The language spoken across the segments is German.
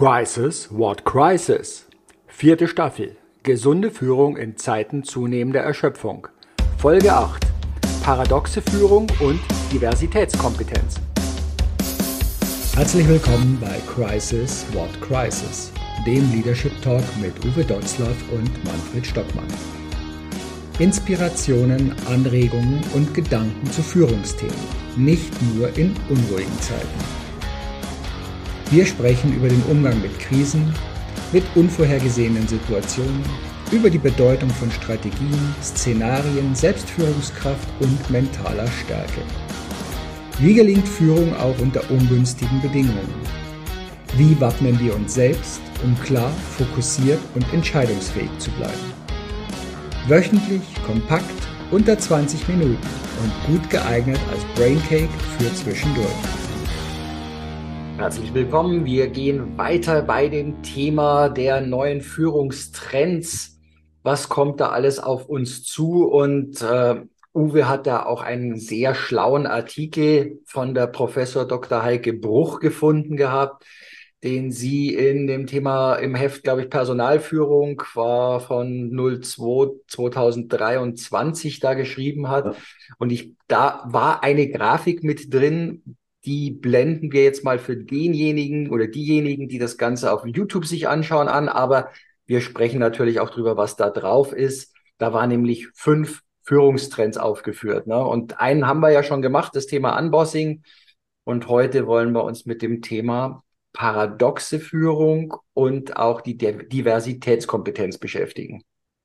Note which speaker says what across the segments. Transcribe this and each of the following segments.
Speaker 1: Crisis, what crisis? Vierte Staffel. Gesunde Führung in Zeiten zunehmender Erschöpfung. Folge 8. Paradoxe Führung und Diversitätskompetenz.
Speaker 2: Herzlich willkommen bei Crisis, what crisis? Dem Leadership Talk mit Uwe Dotzlaff und Manfred Stockmann. Inspirationen, Anregungen und Gedanken zu Führungsthemen, nicht nur in unruhigen Zeiten. Wir sprechen über den Umgang mit Krisen, mit unvorhergesehenen Situationen, über die Bedeutung von Strategien, Szenarien, Selbstführungskraft und mentaler Stärke. Wie gelingt Führung auch unter ungünstigen Bedingungen? Wie wappnen wir uns selbst, um klar, fokussiert und entscheidungsfähig zu bleiben? Wöchentlich, kompakt, unter 20 Minuten und gut geeignet als Braincake für zwischendurch.
Speaker 1: Herzlich willkommen. Wir gehen weiter bei dem Thema der neuen Führungstrends. Was kommt da alles auf uns zu? Und Uwe hat da auch einen sehr schlauen Artikel von der Professor Dr. Heike Bruch gefunden gehabt, den sie in dem Thema im Heft, glaube ich, Personalführung war von 02 2023 da geschrieben hat.
Speaker 3: Ja.
Speaker 1: Und da war eine Grafik mit drin, die blenden wir jetzt mal für denjenigen oder diejenigen, die das Ganze auf YouTube sich anschauen, an. Aber wir sprechen natürlich auch drüber, was da drauf ist. Da waren nämlich 5 Führungstrends aufgeführt, ne? Und einen haben wir ja schon gemacht, das Thema Unbossing. Und heute wollen wir uns mit dem Thema paradoxe Führung und auch die Diversitätskompetenz beschäftigen.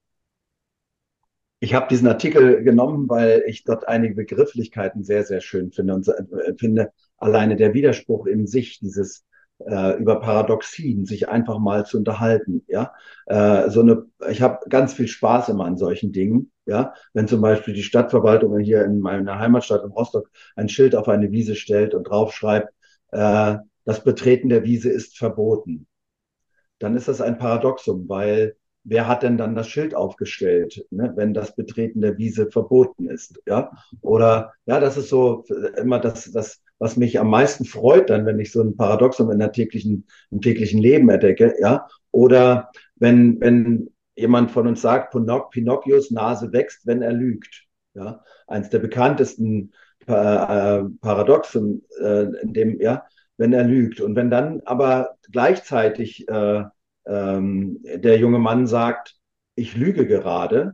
Speaker 3: Ich habe diesen Artikel genommen, weil ich dort einige Begrifflichkeiten sehr, sehr schön finde und finde alleine der Widerspruch in sich, dieses über Paradoxien, sich einfach mal zu unterhalten, ja. Ich habe ganz viel Spaß immer an solchen Dingen, ja. Wenn zum Beispiel die Stadtverwaltung hier in meiner Heimatstadt in Rostock ein Schild auf eine Wiese stellt und draufschreibt, das Betreten der Wiese ist verboten, dann ist das ein Paradoxum, weil wer hat denn dann das Schild aufgestellt, ne, wenn das Betreten der Wiese verboten ist, ja? Oder, ja, das ist so immer das, was mich am meisten freut dann, wenn ich so ein Paradoxum im täglichen Leben entdecke, ja? Oder wenn jemand von uns sagt, Pinocchios Nase wächst, wenn er lügt, ja? Eins der bekanntesten Paradoxen, in dem, ja, wenn er lügt. Und wenn dann aber gleichzeitig der junge Mann sagt, ich lüge gerade,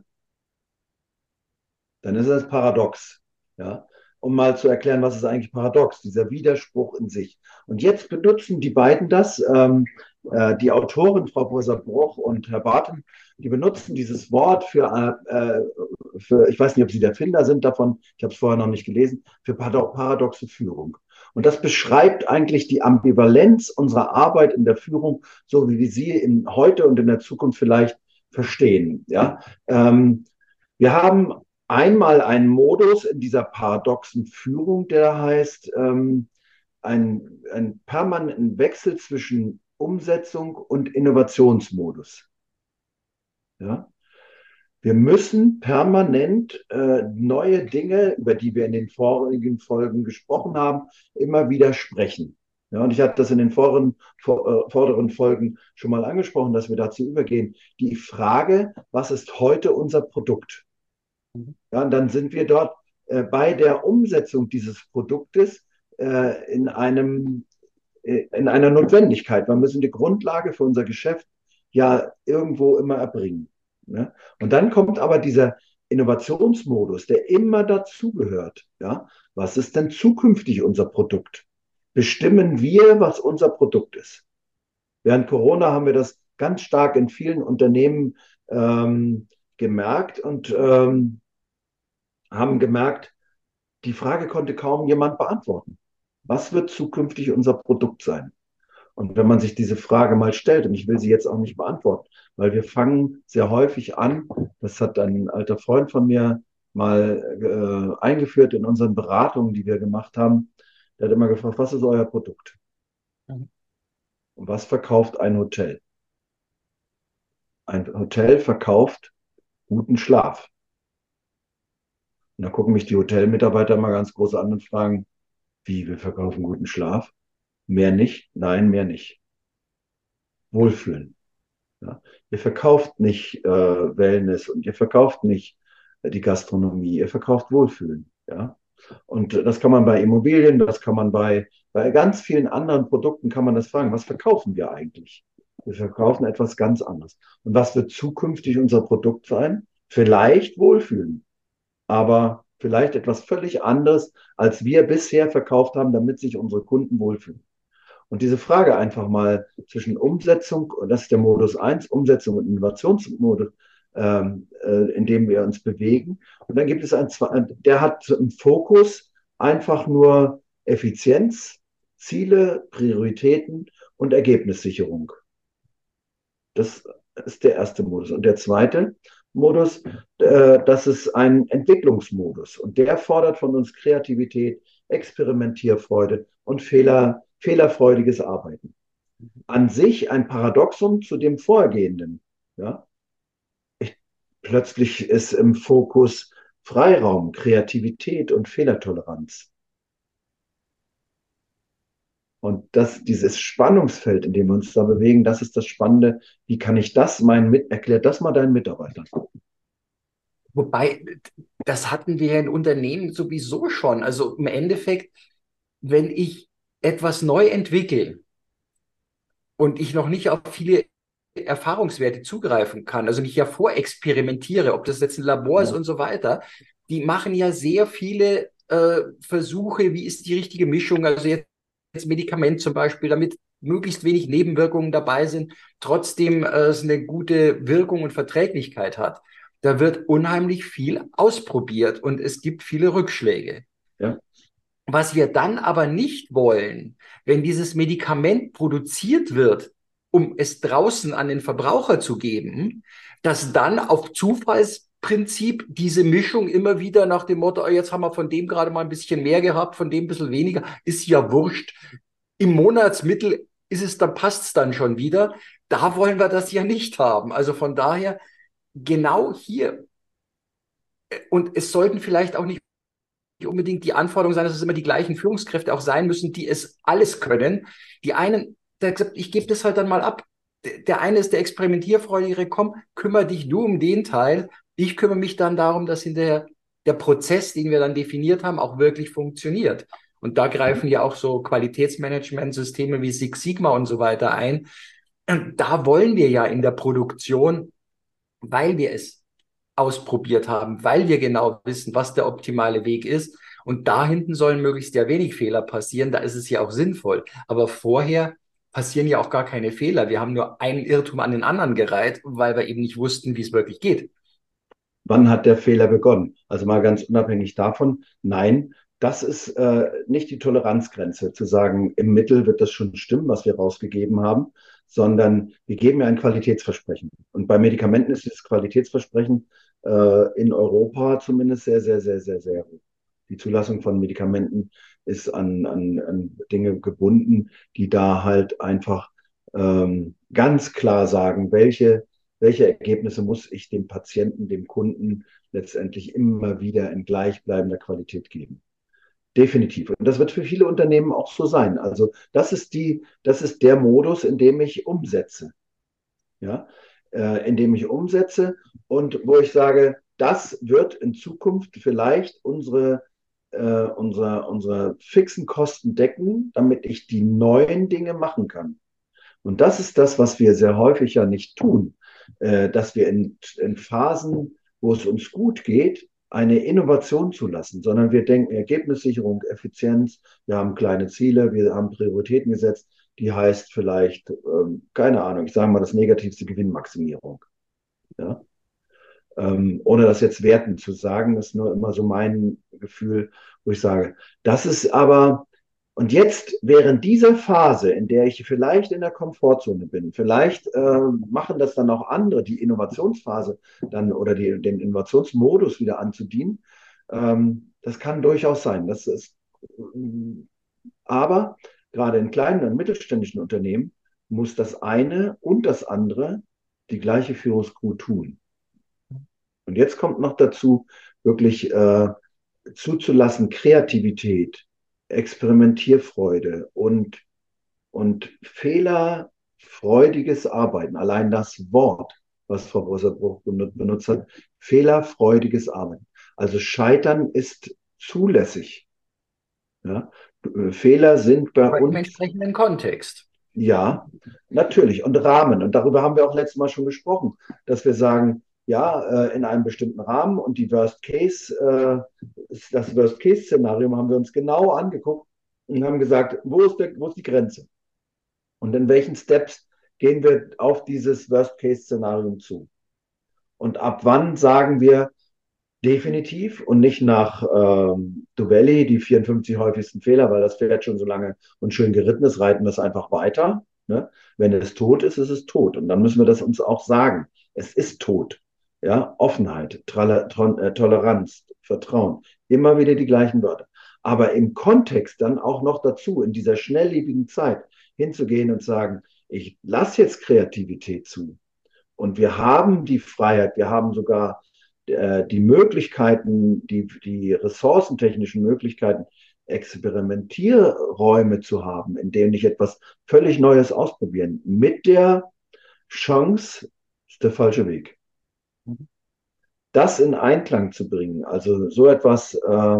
Speaker 3: dann ist das paradox. Ja? Um mal zu erklären, was ist eigentlich paradox, dieser Widerspruch in sich. Und jetzt benutzen die beiden das, die Autorin, Frau Professor Bruch und Herr Barton, die benutzen dieses Wort für, ich weiß nicht, ob sie der Erfinder sind davon, ich habe es vorher noch nicht gelesen, für paradoxe Führung. Und das beschreibt eigentlich die Ambivalenz unserer Arbeit in der Führung, so wie wir sie heute und in der Zukunft vielleicht verstehen. Ja? Wir haben einmal einen Modus in dieser paradoxen Führung, der heißt ein permanenten Wechsel zwischen Umsetzung und Innovationsmodus. Ja? Wir müssen permanent neue Dinge, über die wir in den vorigen Folgen gesprochen haben, immer wieder sprechen. Ja, und ich hatte das in den vorderen Folgen schon mal angesprochen, dass wir dazu übergehen. Die Frage, was ist heute unser Produkt? Ja, und dann sind wir dort bei der Umsetzung dieses Produktes in einer Notwendigkeit. Wir müssen die Grundlage für unser Geschäft ja irgendwo immer erbringen. Ja? Und dann kommt aber dieser Innovationsmodus, der immer dazugehört. Ja? Was ist denn zukünftig unser Produkt? Bestimmen wir, was unser Produkt ist? Während Corona haben wir das ganz stark in vielen Unternehmen gemerkt und haben gemerkt, die Frage konnte kaum jemand beantworten. Was wird zukünftig unser Produkt sein? Und wenn man sich diese Frage mal stellt, und ich will sie jetzt auch nicht beantworten, weil wir fangen sehr häufig an, das hat ein alter Freund von mir mal eingeführt in unseren Beratungen, die wir gemacht haben, der hat immer gefragt, was ist euer Produkt? Und was verkauft ein Hotel? Ein Hotel verkauft guten Schlaf. Und da gucken mich die Hotelmitarbeiter mal ganz groß an und fragen, wie, wir verkaufen guten Schlaf? Mehr nicht? Nein, mehr nicht. Wohlfühlen. Ja. Ihr verkauft nicht Wellness und ihr verkauft nicht die Gastronomie, ihr verkauft Wohlfühlen. Ja. Und das kann man bei Immobilien, das kann man bei ganz vielen anderen Produkten kann man das fragen. Was verkaufen wir eigentlich? Wir verkaufen etwas ganz anderes. Und was wird zukünftig unser Produkt sein? Vielleicht Wohlfühlen, aber vielleicht etwas völlig anderes, als wir bisher verkauft haben, damit sich unsere Kunden wohlfühlen. Und diese Frage einfach mal zwischen Umsetzung, und das ist der Modus eins, Umsetzung und Innovationsmodus, in dem wir uns bewegen. Und dann gibt es der hat im Fokus einfach nur Effizienz, Ziele, Prioritäten und Ergebnissicherung. Das ist der erste Modus. Und der zweite Modus, das ist ein Entwicklungsmodus. Und der fordert von uns Kreativität, Experimentierfreude und fehlerfreudiges Arbeiten. An sich ein Paradoxon zu dem Vorgehenden. Ja? Plötzlich ist im Fokus Freiraum, Kreativität und Fehlertoleranz. Und dieses Spannungsfeld, in dem wir uns da bewegen, das ist das Spannende. Wie kann ich das erklär das mal deinen Mitarbeitern.
Speaker 1: Wobei, das hatten wir ja in Unternehmen sowieso schon. Also im Endeffekt, wenn ich etwas neu entwickle und ich noch nicht auf viele Erfahrungswerte zugreifen kann, also mich ja vorexperimentiere, ob das jetzt ein Labor ist
Speaker 3: Ja.
Speaker 1: und so weiter, die machen ja sehr viele Versuche, wie ist die richtige Mischung, also jetzt Medikament zum Beispiel, damit möglichst wenig Nebenwirkungen dabei sind, trotzdem es eine gute Wirkung und Verträglichkeit hat. Da wird unheimlich viel ausprobiert und es gibt viele Rückschläge.
Speaker 3: Ja.
Speaker 1: Was wir dann aber nicht wollen, wenn dieses Medikament produziert wird, um es draußen an den Verbraucher zu geben, dass dann auf Zufallsprinzip diese Mischung immer wieder nach dem Motto, jetzt haben wir von dem gerade mal ein bisschen mehr gehabt, von dem ein bisschen weniger, ist ja wurscht. Im Monatsmittel ist es, dann passt es dann schon wieder. Da wollen wir das ja nicht haben. Also von daher genau hier. Und es sollten vielleicht auch nicht unbedingt die Anforderung sein, dass es immer die gleichen Führungskräfte auch sein müssen, die es alles können. Die einen, der hat gesagt, ich gebe das halt dann mal ab. Der eine ist der Experimentierfreudigere, komm, kümmere dich du um den Teil. Ich kümmere mich dann darum, dass hinterher der Prozess, den wir dann definiert haben, auch wirklich funktioniert. Und da greifen ja auch so Qualitätsmanagementsysteme wie Six Sigma und so weiter ein. Und da wollen wir ja in der Produktion, weil wir es ausprobiert haben, weil wir genau wissen, was der optimale Weg ist. Und da hinten sollen möglichst ja wenig Fehler passieren. Da ist es ja auch sinnvoll. Aber vorher passieren ja auch gar keine Fehler. Wir haben nur einen Irrtum an den anderen gereiht, weil wir eben nicht wussten, wie es wirklich geht.
Speaker 3: Wann hat der Fehler begonnen? Also mal ganz unabhängig davon, nein, das ist nicht die Toleranzgrenze, zu sagen, im Mittel wird das schon stimmen, was wir rausgegeben haben, sondern wir geben ja ein Qualitätsversprechen. Und bei Medikamenten ist das Qualitätsversprechen in Europa zumindest sehr, sehr, sehr, sehr, sehr hoch. Die Zulassung von Medikamenten ist an Dinge gebunden, die da halt einfach ganz klar sagen, welche Ergebnisse muss ich dem Patienten, dem Kunden letztendlich immer wieder in gleichbleibender Qualität geben. Definitiv. Und das wird für viele Unternehmen auch so sein. Also das ist der Modus, in dem ich umsetze. Ja, in dem ich umsetze und wo ich sage, das wird in Zukunft vielleicht unsere fixen Kosten decken, damit ich die neuen Dinge machen kann. Und das ist das, was wir sehr häufig ja nicht tun, dass wir in Phasen, wo es uns gut geht, eine Innovation zulassen, sondern wir denken Ergebnissicherung, Effizienz, wir haben kleine Ziele, wir haben Prioritäten gesetzt, die heißt vielleicht, keine Ahnung, ich sage mal das negativste Gewinnmaximierung. Ja? Ohne das jetzt werten zu sagen, ist nur immer so mein Gefühl, wo ich sage, das ist aber, und jetzt während dieser Phase, in der ich vielleicht in der Komfortzone bin, vielleicht machen das dann auch andere, die Innovationsphase dann oder den Innovationsmodus wieder anzudienen. Das kann durchaus sein. Das ist, aber gerade in kleinen und mittelständischen Unternehmen muss das eine und das andere die gleiche Führungscrew tun. Und jetzt kommt noch dazu, wirklich zuzulassen, Kreativität, Experimentierfreude und Fehler fehlerfreudiges Arbeiten. Allein das Wort, was Frau Professor benutzt hat, fehlerfreudiges Arbeiten. Also Scheitern ist zulässig. Ja? Fehler sind bei
Speaker 1: Aber im
Speaker 3: uns,
Speaker 1: entsprechenden Kontext.
Speaker 3: ja, natürlich, und Rahmen. Und darüber haben wir auch letztes Mal schon gesprochen, dass wir sagen, ja, in einem bestimmten Rahmen und das Worst-Case-Szenario haben wir uns genau angeguckt und haben gesagt, wo ist die Grenze? Und in welchen Steps gehen wir auf dieses Worst-Case-Szenario zu? Und ab wann sagen wir definitiv und nicht nach Duvelli, die 54 häufigsten Fehler, weil das Pferd schon so lange und schön geritten ist, reiten wir es einfach weiter. Ne? Wenn es tot ist, ist es tot. Und dann müssen wir das uns auch sagen. Es ist tot. Ja, Offenheit, Toleranz, Vertrauen. Immer wieder die gleichen Wörter. Aber im Kontext dann auch noch dazu, in dieser schnelllebigen Zeit hinzugehen und sagen, ich lasse jetzt Kreativität zu. Und wir haben die Freiheit, wir haben sogar die Möglichkeiten, die ressourcentechnischen Möglichkeiten, Experimentierräume zu haben, in denen ich etwas völlig Neues ausprobieren, mit der Chance, ist der falsche Weg. Das in Einklang zu bringen, also so etwas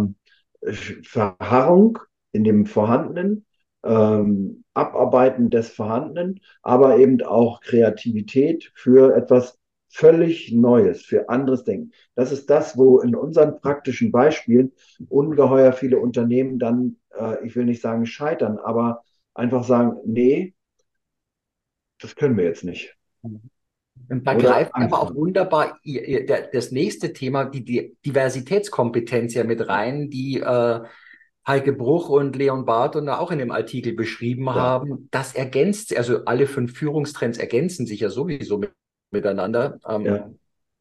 Speaker 3: Verharrung in dem Vorhandenen, Abarbeiten des Vorhandenen, aber eben auch Kreativität für etwas völlig Neues, für anderes Denken. Das ist das, wo in unseren praktischen Beispielen ungeheuer viele Unternehmen dann, ich will nicht sagen scheitern, aber einfach sagen, nee, das können wir jetzt nicht.
Speaker 1: Und da
Speaker 3: Oder
Speaker 1: greift aber
Speaker 3: Angst
Speaker 1: auch
Speaker 3: haben.
Speaker 1: wunderbar das nächste Thema, die Diversitätskompetenz ja mit rein, die Heike Bruch und Leon Barton da auch in dem Artikel beschrieben
Speaker 3: Ja,
Speaker 1: haben. Das ergänzt, also alle 5 Führungstrends ergänzen sich ja sowieso miteinander.
Speaker 3: ja.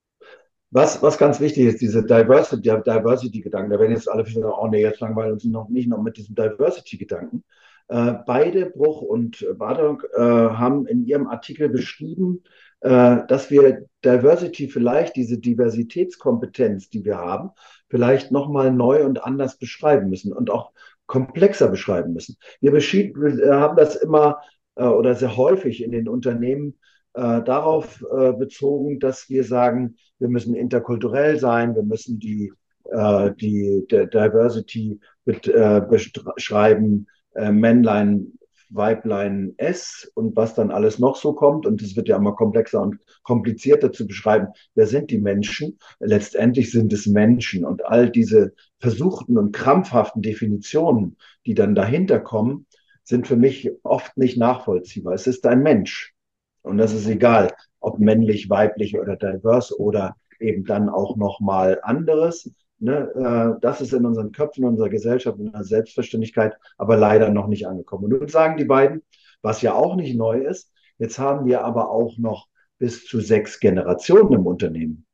Speaker 3: Was ganz wichtig ist, diese Diversity-Gedanken, da werden jetzt alle sagen, oh nee, jetzt langweilen uns noch nicht noch mit diesem Diversity-Gedanken. Beide, Bruch und Badok, haben in ihrem Artikel beschrieben, dass wir Diversity vielleicht, diese Diversitätskompetenz, die wir haben, vielleicht nochmal neu und anders beschreiben müssen und auch komplexer beschreiben müssen. Wir haben das immer oder sehr häufig in den Unternehmen darauf bezogen, dass wir sagen, wir müssen interkulturell sein, wir müssen die Diversity beschreiben, Männlein, Weiblein, S und was dann alles noch so kommt. Und es wird ja immer komplexer und komplizierter zu beschreiben, wer sind die Menschen? Letztendlich sind es Menschen und all diese versuchten und krampfhaften Definitionen, die dann dahinter kommen, sind für mich oft nicht nachvollziehbar. Es ist ein Mensch. Und das ist egal, ob männlich, weiblich oder divers oder eben dann auch nochmal anderes. Ne? Das ist in unseren Köpfen, in unserer Gesellschaft, in unserer Selbstverständlichkeit, aber leider noch nicht angekommen. Und nun sagen die beiden, was ja auch nicht neu ist, jetzt haben wir aber auch noch bis zu 6 Generationen im Unternehmen.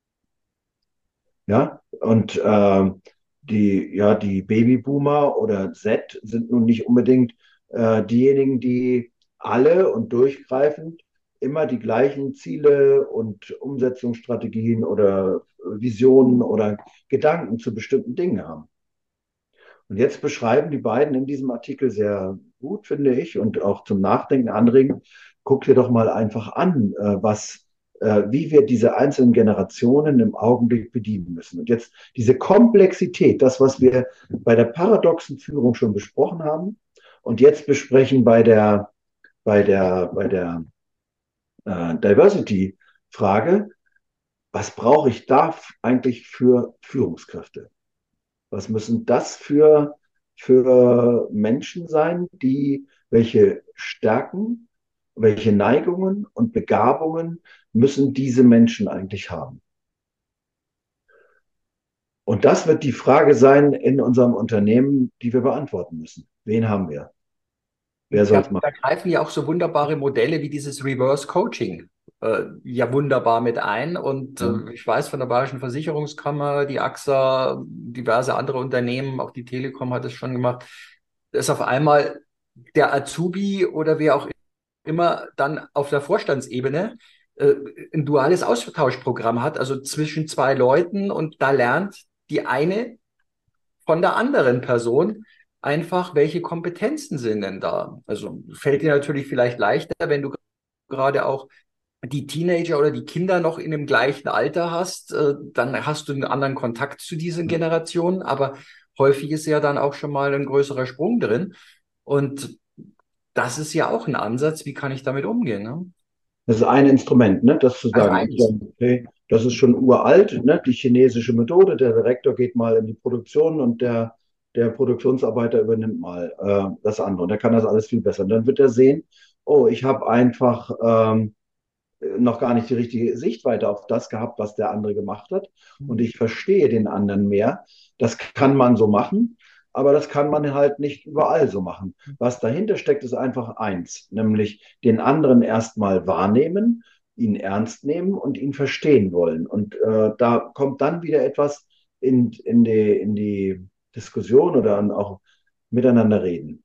Speaker 3: Ja, und die Babyboomer oder Z sind nun nicht unbedingt diejenigen, die alle und durchgreifend immer die gleichen Ziele und Umsetzungsstrategien oder Visionen oder Gedanken zu bestimmten Dingen haben. Und jetzt beschreiben die beiden in diesem Artikel sehr gut, finde ich, und auch zum Nachdenken anregen. Guck dir doch mal einfach an, wie wir diese einzelnen Generationen im Augenblick bedienen müssen. Und jetzt diese Komplexität, das, was wir bei der paradoxen Führung schon besprochen haben und jetzt besprechen bei der Diversity-Frage, was brauche ich da eigentlich für Führungskräfte? Was müssen das für Menschen sein, die welche Stärken, welche Neigungen und Begabungen müssen diese Menschen eigentlich haben? Und das wird die Frage sein in unserem Unternehmen, die wir beantworten müssen. Wen haben wir? Wer soll es
Speaker 1: Da
Speaker 3: machen?
Speaker 1: greifen ja auch so wunderbare Modelle wie dieses Reverse Coaching ja wunderbar mit ein. Und
Speaker 3: Ja,
Speaker 1: ich weiß von der Bayerischen Versicherungskammer, die AXA, diverse andere Unternehmen, auch die Telekom hat es schon gemacht, dass auf einmal der Azubi oder wer auch immer dann auf der Vorstandsebene ein duales Austauschprogramm hat, also zwischen 2 Leuten und da lernt die eine von der anderen Person einfach, welche Kompetenzen sind denn da? Also fällt dir natürlich vielleicht leichter, wenn du gerade auch die Teenager oder die Kinder noch in dem gleichen Alter hast, dann hast du einen anderen Kontakt zu diesen Generationen, aber häufig ist ja dann auch schon mal ein größerer Sprung drin. Und das ist ja auch ein Ansatz, wie kann ich damit umgehen, ne?
Speaker 3: Das ist ein Instrument, ne? Das zu
Speaker 1: Also
Speaker 3: sagen.
Speaker 1: eines.
Speaker 3: Okay, das ist schon uralt, ne? Die chinesische Methode. Der Direktor geht mal in die Produktion und der Produktionsarbeiter übernimmt mal das andere. Und der kann das alles viel besser. Und dann wird er sehen, oh, ich habe einfach noch gar nicht die richtige Sichtweite auf das gehabt, was der andere gemacht hat. Und ich verstehe den anderen mehr. Das kann man so machen, aber das kann man halt nicht überall so machen. Was dahinter steckt, ist einfach eins, nämlich den anderen erstmal wahrnehmen, ihn ernst nehmen und ihn verstehen wollen. Und da kommt dann wieder etwas in die Diskussion oder auch miteinander reden.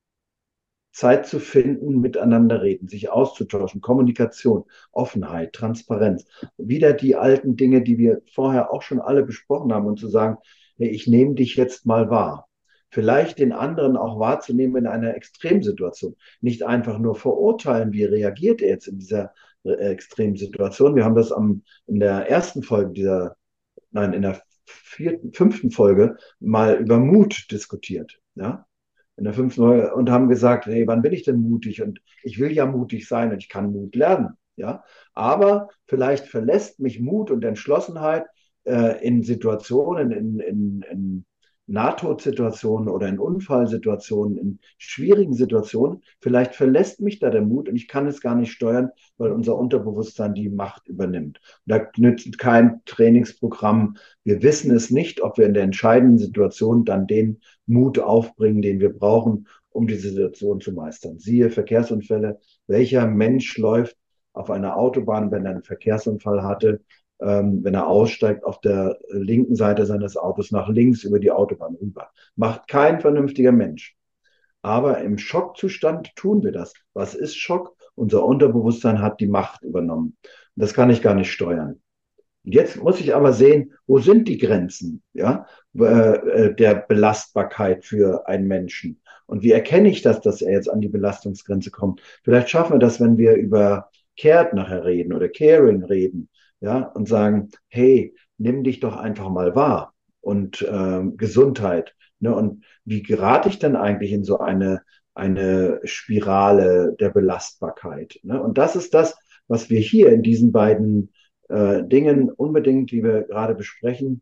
Speaker 3: Zeit zu finden, miteinander reden, sich auszutauschen, Kommunikation, Offenheit, Transparenz. Wieder die alten Dinge, die wir vorher auch schon alle besprochen haben und zu sagen, hey, ich nehme dich jetzt mal wahr. Vielleicht den anderen auch wahrzunehmen in einer Extremsituation. Nicht einfach nur verurteilen, wie reagiert er jetzt in dieser Extremsituation. Wir haben das in der ersten Folge in der fünften Folge mal über Mut diskutiert. Ja? In der fünften Folge und haben gesagt, hey, wann bin ich denn mutig? Und ich will ja mutig sein und ich kann Mut lernen. Ja? Aber vielleicht verlässt mich Mut und Entschlossenheit in Situationen, in Nahtodsituationen oder in Unfallsituationen, in schwierigen Situationen. Vielleicht verlässt mich da der Mut und ich kann es gar nicht steuern, weil unser Unterbewusstsein die Macht übernimmt. Und da nützt kein Trainingsprogramm. Wir wissen es nicht, ob wir in der entscheidenden Situation dann den Mut aufbringen, den wir brauchen, um diese Situation zu meistern. Siehe Verkehrsunfälle. Welcher Mensch läuft auf einer Autobahn, wenn er einen Verkehrsunfall hatte, wenn er aussteigt, auf der linken Seite seines Autos nach links über die Autobahn rüber? Macht kein vernünftiger Mensch. Aber im Schockzustand tun wir das. Was ist Schock? Unser Unterbewusstsein hat die Macht übernommen. Und das kann ich gar nicht steuern. Jetzt muss ich aber sehen, wo sind die Grenzen, ja, der Belastbarkeit für einen Menschen? Und wie erkenne ich das, dass er jetzt an die Belastungsgrenze kommt? Vielleicht schaffen wir das, wenn wir über Cared nachher reden oder Caring reden, ja, und sagen, hey, nimm dich doch einfach mal wahr und Gesundheit, ne? Und wie gerate ich denn eigentlich in so eine Spirale der Belastbarkeit, ne? Und das ist das, was wir hier in diesen beiden Dingen unbedingt, die wir gerade besprechen,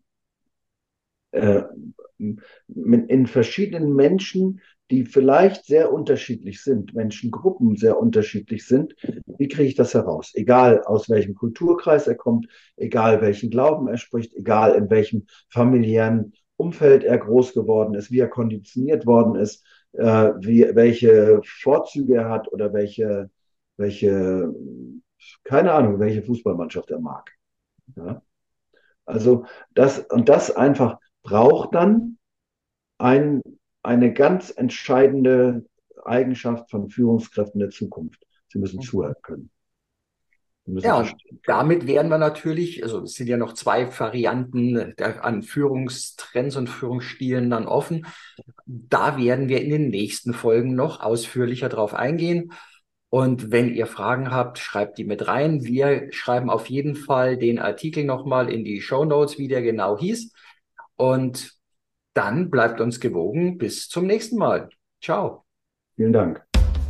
Speaker 3: in verschiedenen Menschen, die vielleicht sehr unterschiedlich sind, Menschengruppen sehr unterschiedlich sind. Wie kriege ich das heraus? Egal aus welchem Kulturkreis er kommt, egal welchen Glauben er spricht, egal in welchem familiären Umfeld er groß geworden ist, wie er konditioniert worden ist, welche Vorzüge er hat oder keine Ahnung, welche Fußballmannschaft er mag. Ja? Also das einfach braucht dann eine ganz entscheidende Eigenschaft von Führungskräften der Zukunft. Sie müssen zuhören können. Sie müssen
Speaker 1: Ja, und
Speaker 3: verstehen können.
Speaker 1: damit wären wir natürlich, also es sind ja noch zwei Varianten an Führungstrends und Führungsstilen dann offen. Da werden wir in den nächsten Folgen noch ausführlicher drauf eingehen. Und wenn ihr Fragen habt, schreibt die mit rein. Wir schreiben auf jeden Fall den Artikel nochmal in die Shownotes, wie der genau hieß. Und dann bleibt uns gewogen. Bis zum nächsten Mal. Ciao.
Speaker 3: Vielen Dank.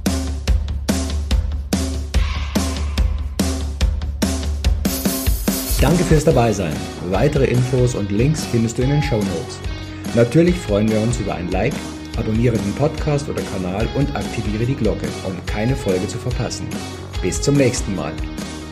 Speaker 2: Danke fürs Dabeisein. Weitere Infos und Links findest du in den Shownotes. Natürlich freuen wir uns über ein Like, abonniere den Podcast oder Kanal und aktiviere die Glocke, um keine Folge zu verpassen. Bis zum nächsten Mal.